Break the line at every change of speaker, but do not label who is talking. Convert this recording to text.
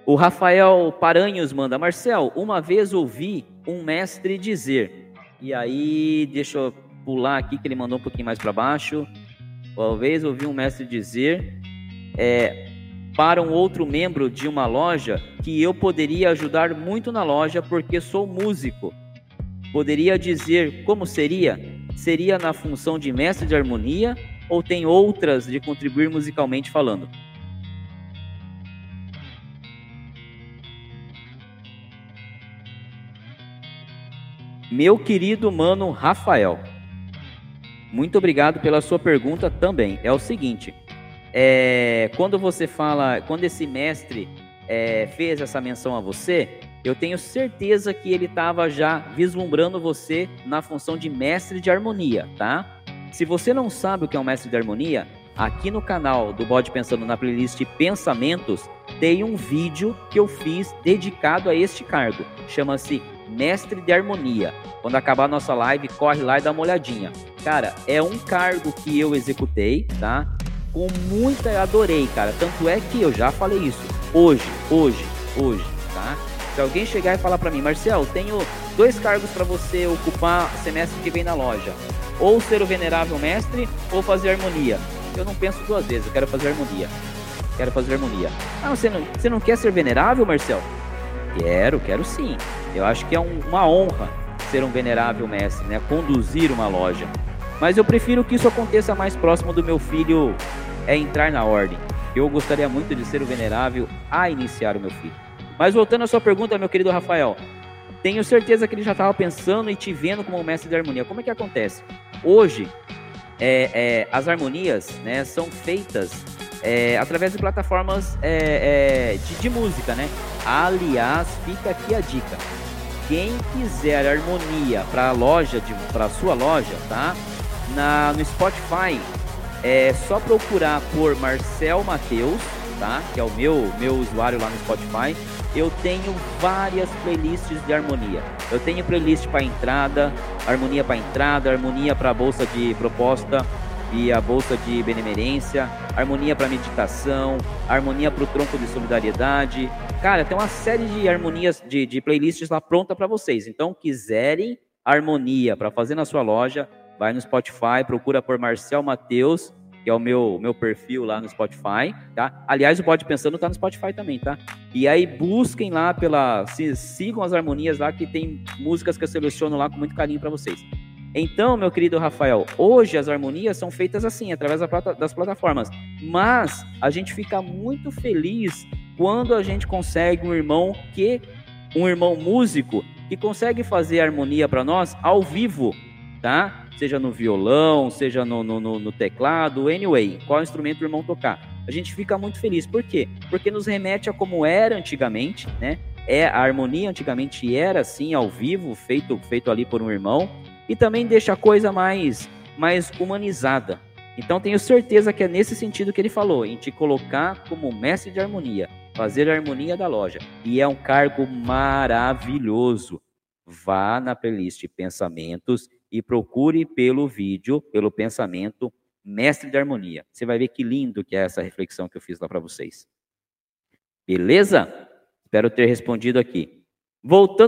O Rafael Paranhos manda: Marcel, uma vez ouvi um mestre dizer, e aí deixa eu pular aqui que ele mandou um pouquinho mais para baixo. Uma vez ouvi um mestre dizer para um outro membro de uma loja que eu poderia ajudar muito na loja porque sou músico. Poderia dizer como seria? Seria na função de mestre de harmonia ou tem outras de contribuir musicalmente falando? Meu querido mano Rafael, muito obrigado pela sua pergunta também. É o seguinte, quando você fala, quando esse mestre fez essa menção a você, eu tenho certeza que ele estava já vislumbrando você na função de mestre de harmonia, tá? Se você não sabe o que é um mestre de harmonia, aqui no canal do Bode Pensando, na playlist Pensamentos, tem um vídeo que eu fiz dedicado a este cargo. Chama-se Mestre de Harmonia. Quando acabar a nossa live, corre lá e dá uma olhadinha. Cara, é um cargo que eu executei, tá? Adorei, cara. Tanto é que eu já falei isso. Hoje, tá? Se alguém chegar e falar pra mim, Marcel, tenho 2 cargos pra você ocupar semestre que vem na loja. Ou ser o venerável mestre, ou fazer harmonia. Eu não penso 2 vezes, eu quero fazer harmonia. Ah, você não quer ser venerável, Marcel? Quero sim. Eu acho que é uma honra ser um venerável mestre, né? Conduzir uma loja. Mas eu prefiro que isso aconteça mais próximo do meu filho entrar na ordem. Eu gostaria muito de ser o venerável a iniciar o meu filho. Mas voltando à sua pergunta, meu querido Rafael, tenho certeza que ele já estava pensando e te vendo como mestre de harmonia. Como é que acontece? Hoje, as harmonias, né, são feitas através de plataformas de música, né? Aliás, fica aqui a dica. Quem quiser harmonia para sua loja, tá? No Spotify, é só procurar por Marcel Mateus, tá? Que é o meu usuário lá no Spotify. Eu tenho várias playlists de harmonia. Eu tenho playlist para entrada, harmonia para bolsa de proposta e a bolsa de benemerência, harmonia para meditação, harmonia para o tronco de solidariedade. Cara, tem uma série de harmonias, de playlists lá pronta para vocês. Então, quiserem harmonia para fazer na sua loja, vai no Spotify, procura por Marcel Mateus, que é o meu perfil lá no Spotify, tá? Aliás, o Bode Pensando tá no Spotify também, tá? E aí busquem lá sigam as harmonias lá, que tem músicas que eu seleciono lá com muito carinho para vocês. Então, meu querido Rafael, hoje as harmonias são feitas assim, através das plataformas. Mas a gente fica muito feliz quando a gente consegue um irmão músico que consegue fazer harmonia para nós ao vivo, tá? Seja no violão, seja no teclado, anyway, qual instrumento o irmão tocar. A gente fica muito feliz. Por quê? Porque nos remete a como era antigamente, né? A harmonia antigamente era assim, ao vivo, feito ali por um irmão. E também deixa a coisa mais humanizada. Então tenho certeza que é nesse sentido que ele falou, em te colocar como mestre de harmonia, fazer a harmonia da loja. E é um cargo maravilhoso. Vá na playlist Pensamentos e procure pelo vídeo, pelo pensamento, mestre de harmonia. Você vai ver que lindo que é essa reflexão que eu fiz lá para vocês. Beleza? Espero ter respondido aqui. Voltando